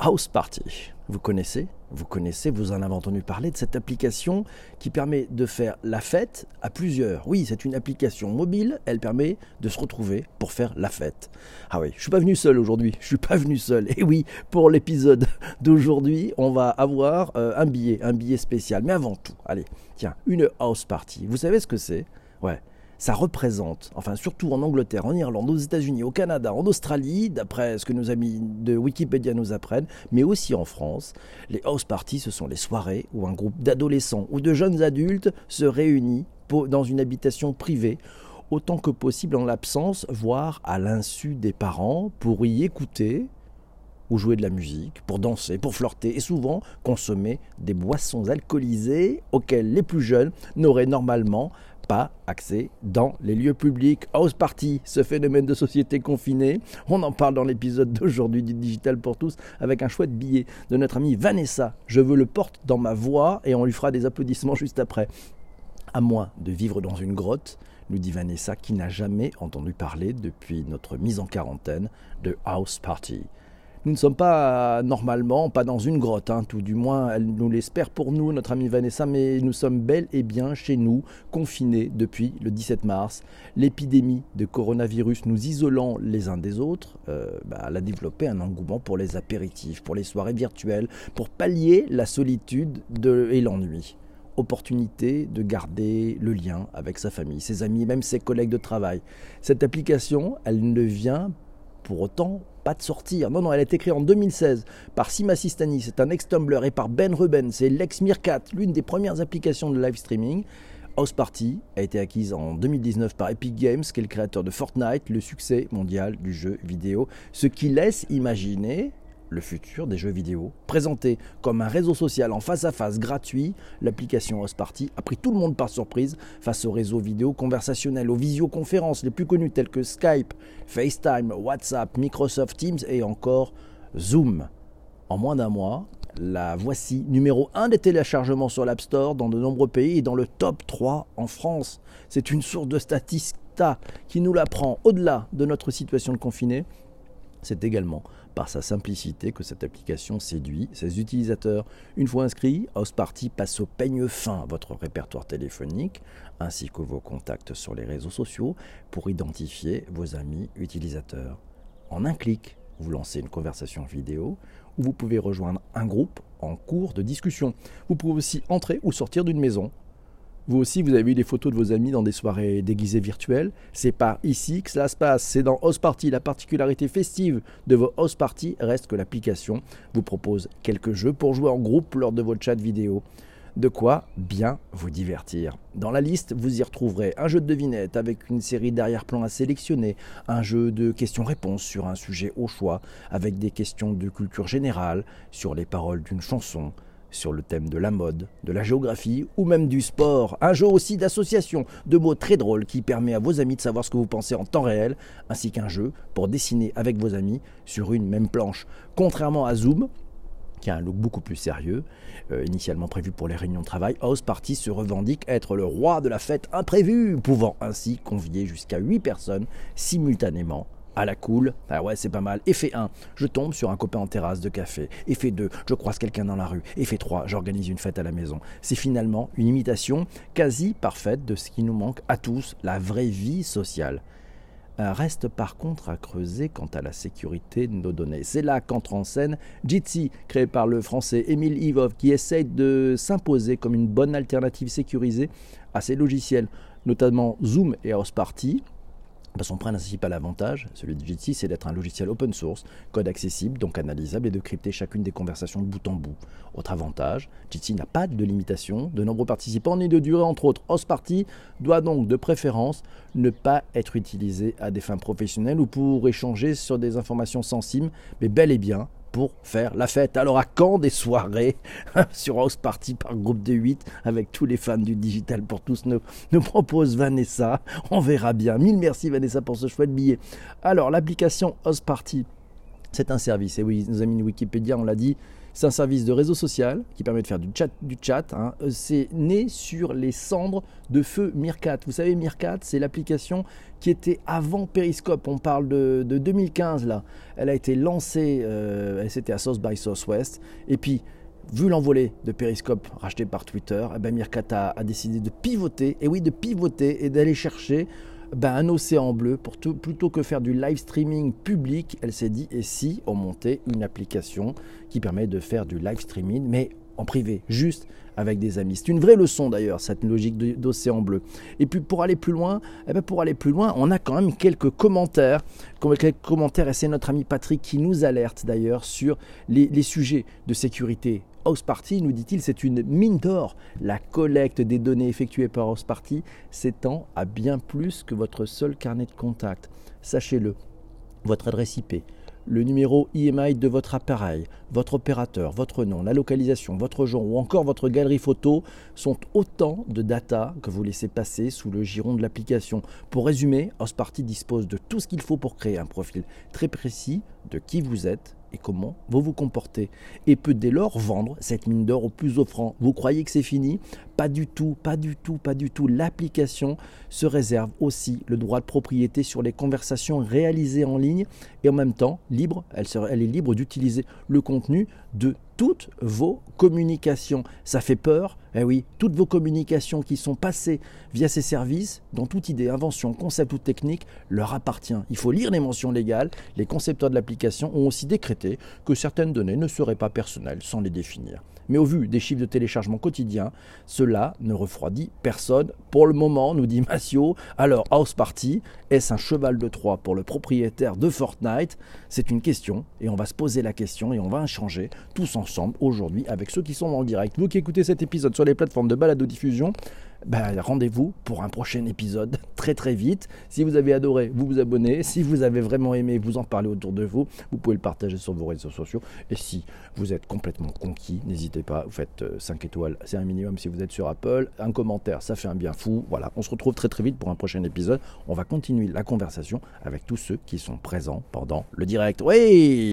House Party, vous connaissez, vous en avez entendu parler de cette application qui permet de faire la fête à plusieurs. Oui, c'est une application mobile, elle permet de se retrouver pour faire la fête. Ah oui, je suis pas venu seul aujourd'hui, Et oui, pour l'épisode d'aujourd'hui, on va avoir un billet spécial. Mais avant tout, allez, tiens, une House Party, vous savez ce que c'est ? Ouais. Ça représente, enfin surtout en Angleterre, en Irlande, aux États-Unis, au Canada, en Australie, d'après ce que nos amis de Wikipédia nous apprennent, mais aussi en France, les house parties, ce sont les soirées où un groupe d'adolescents ou de jeunes adultes se réunit dans une habitation privée, autant que possible en l'absence, voire à l'insu des parents, pour y écouter ou jouer de la musique, pour danser, pour flirter et souvent consommer des boissons alcoolisées auxquelles les plus jeunes n'auraient normalement pas accès dans les lieux publics. House Party, ce phénomène de société confinée, on en parle dans l'épisode d'aujourd'hui du Digital pour tous avec un chouette billet de notre amie Vanessa. Je veux le porte dans ma voix et on lui fera des applaudissements juste après. À moins de vivre dans une grotte, nous dit Vanessa qui n'a jamais entendu parler depuis notre mise en quarantaine de House Party. Nous ne sommes pas normalement, pas dans une grotte, tout du moins elle nous l'espère pour nous, notre amie Vanessa, mais nous sommes bel et bien chez nous, confinés depuis le 17 mars. L'épidémie de coronavirus nous isolant les uns des autres, elle a développé un engouement pour les apéritifs, pour les soirées virtuelles, pour pallier la solitude et l'ennui. Opportunité de garder le lien avec sa famille, ses amis et même ses collègues de travail. Cette application, elle ne vient pour autant pas de sortir. Non, elle a été créée en 2016 par Sima Sistani, c'est un ex-Tumblr, et par Ben Ruben, c'est l'ex-Meerkat, l'une des premières applications de live streaming. House Party a été acquise en 2019 par Epic Games, qui est le créateur de Fortnite, le succès mondial du jeu vidéo, ce qui laisse imaginer le futur des jeux vidéo. Présenté comme un réseau social en face-à-face gratuit, l'application House Party a pris tout le monde par surprise face aux réseaux vidéo conversationnels, aux visioconférences les plus connus tels que Skype, FaceTime, WhatsApp, Microsoft Teams et encore Zoom. En moins d'un mois, la voici numéro 1 des téléchargements sur l'App Store dans de nombreux pays et dans le top 3 en France. C'est une source de Statista qui nous l'apprend au-delà de notre situation de confiné. C'est également par sa simplicité que cette application séduit ses utilisateurs. Une fois inscrit, House Party passe au peigne fin votre répertoire téléphonique ainsi que vos contacts sur les réseaux sociaux pour identifier vos amis utilisateurs. En un clic, vous lancez une conversation vidéo où vous pouvez rejoindre un groupe en cours de discussion. Vous pouvez aussi entrer ou sortir d'une maison. Vous aussi, vous avez vu des photos de vos amis dans des soirées déguisées virtuelles. C'est par ici que cela se passe. C'est dans House Party. La particularité festive de vos House Party reste que l'application vous propose quelques jeux pour jouer en groupe lors de votre chat vidéo. De quoi bien vous divertir. Dans la liste, vous y retrouverez un jeu de devinette avec une série d'arrière-plans à sélectionner, un jeu de questions-réponses sur un sujet au choix, avec des questions de culture générale, sur les paroles d'une chanson, sur le thème de la mode, de la géographie ou même du sport. Un jeu aussi d'association de mots très drôles qui permet à vos amis de savoir ce que vous pensez en temps réel, ainsi qu'un jeu pour dessiner avec vos amis sur une même planche. Contrairement à Zoom, qui a un look beaucoup plus sérieux, initialement prévu pour les réunions de travail, House Party se revendique être le roi de la fête imprévue, pouvant ainsi convier jusqu'à 8 personnes simultanément à la cool. Ah ouais, c'est pas mal. Effet 1, je tombe sur un copain en terrasse de café. Effet 2, je croise quelqu'un dans la rue. Effet 3, j'organise une fête à la maison. C'est finalement une imitation quasi parfaite de ce qui nous manque à tous, la vraie vie sociale. Reste par contre à creuser quant à la sécurité de nos données. C'est là qu'entre en scène Jitsi, créé par le français Émile Ivov, qui essaye de s'imposer comme une bonne alternative sécurisée à ces logiciels, notamment Zoom et House Party. Son principal avantage, celui de Jitsi, c'est d'être un logiciel open source, code accessible, donc analysable, et de crypter chacune des conversations de bout en bout. Autre avantage, Jitsi n'a pas de limitation de nombre de participants ni de durée entre autres. House Party doit donc de préférence ne pas être utilisé à des fins professionnelles ou pour échanger sur des informations sensibles, mais bel et bien pour faire la fête. Alors à quand des soirées sur House Party par groupe de 8 avec tous les fans du Digital pour tous nous propose Vanessa. On verra bien. Mille merci Vanessa pour ce chouette billet. Alors l'application House Party, c'est un service. Et oui, nos amis de Wikipédia, on l'a dit, C'est un service de réseau social qui permet de faire du chat. Hein. C'est né sur les cendres de feu Meerkat. Vous savez, Meerkat, c'est l'application qui était avant Periscope. On parle de 2015 là. Elle a été lancée, c'était à South by Southwest. Et puis, vu l'envolée de Periscope racheté par Twitter, Meerkat a décidé de pivoter, et d'aller chercher un océan bleu. Plutôt que faire du live streaming public, elle s'est dit, et si on montait une application qui permet de faire du live streaming, mais en privé, juste avec des amis. C'est une vraie leçon d'ailleurs, cette logique d'océan bleu. Et puis pour aller plus loin, on a quand même quelques commentaires, et c'est notre ami Patrick qui nous alerte d'ailleurs sur les sujets de sécurité. Houseparty, nous dit-il, c'est une mine d'or. La collecte des données effectuées par Houseparty s'étend à bien plus que votre seul carnet de contact. Sachez-le, votre adresse IP, le numéro IMEI de votre appareil, votre opérateur, votre nom, la localisation, votre genre ou encore votre galerie photo sont autant de data que vous laissez passer sous le giron de l'application. Pour résumer, Houseparty dispose de tout ce qu'il faut pour créer un profil très précis de qui vous êtes et comment vous vous comportez, et peut dès lors vendre cette mine d'or au plus offrant. Vous croyez que c'est fini ? Pas du tout. L'application se réserve aussi le droit de propriété sur les conversations réalisées en ligne et en même temps libre. Elle est libre d'utiliser le contenu de toutes vos communications. Ça fait peur, oui, toutes vos communications qui sont passées via ces services, dont toute idée, invention, concept ou technique leur appartient. Il faut lire les mentions légales. Les concepteurs de l'application ont aussi décrété que certaines données ne seraient pas personnelles sans les définir. Mais au vu des chiffres de téléchargement quotidiens, cela ne refroidit personne pour le moment, nous dit Massio. Alors, Houseparty, est-ce un cheval de Troie pour le propriétaire de Fortnite ? C'est une question, et on va se poser la question, et on va échanger tous ensemble aujourd'hui avec ceux qui sont dans le direct. Vous qui écoutez cet épisode sur les plateformes de balado-diffusion, rendez-vous pour un prochain épisode très très vite. Si vous avez adoré, vous vous abonnez. Si vous avez vraiment aimé, vous en parlez autour de vous. Vous pouvez le partager sur vos réseaux sociaux. Et si vous êtes complètement conquis, n'hésitez pas, vous faites 5 étoiles, c'est un minimum si vous êtes sur Apple. Un commentaire, ça fait un bien fou. Voilà, on se retrouve très très vite pour un prochain épisode. On va continuer la conversation avec tous ceux qui sont présents pendant le direct. Oui!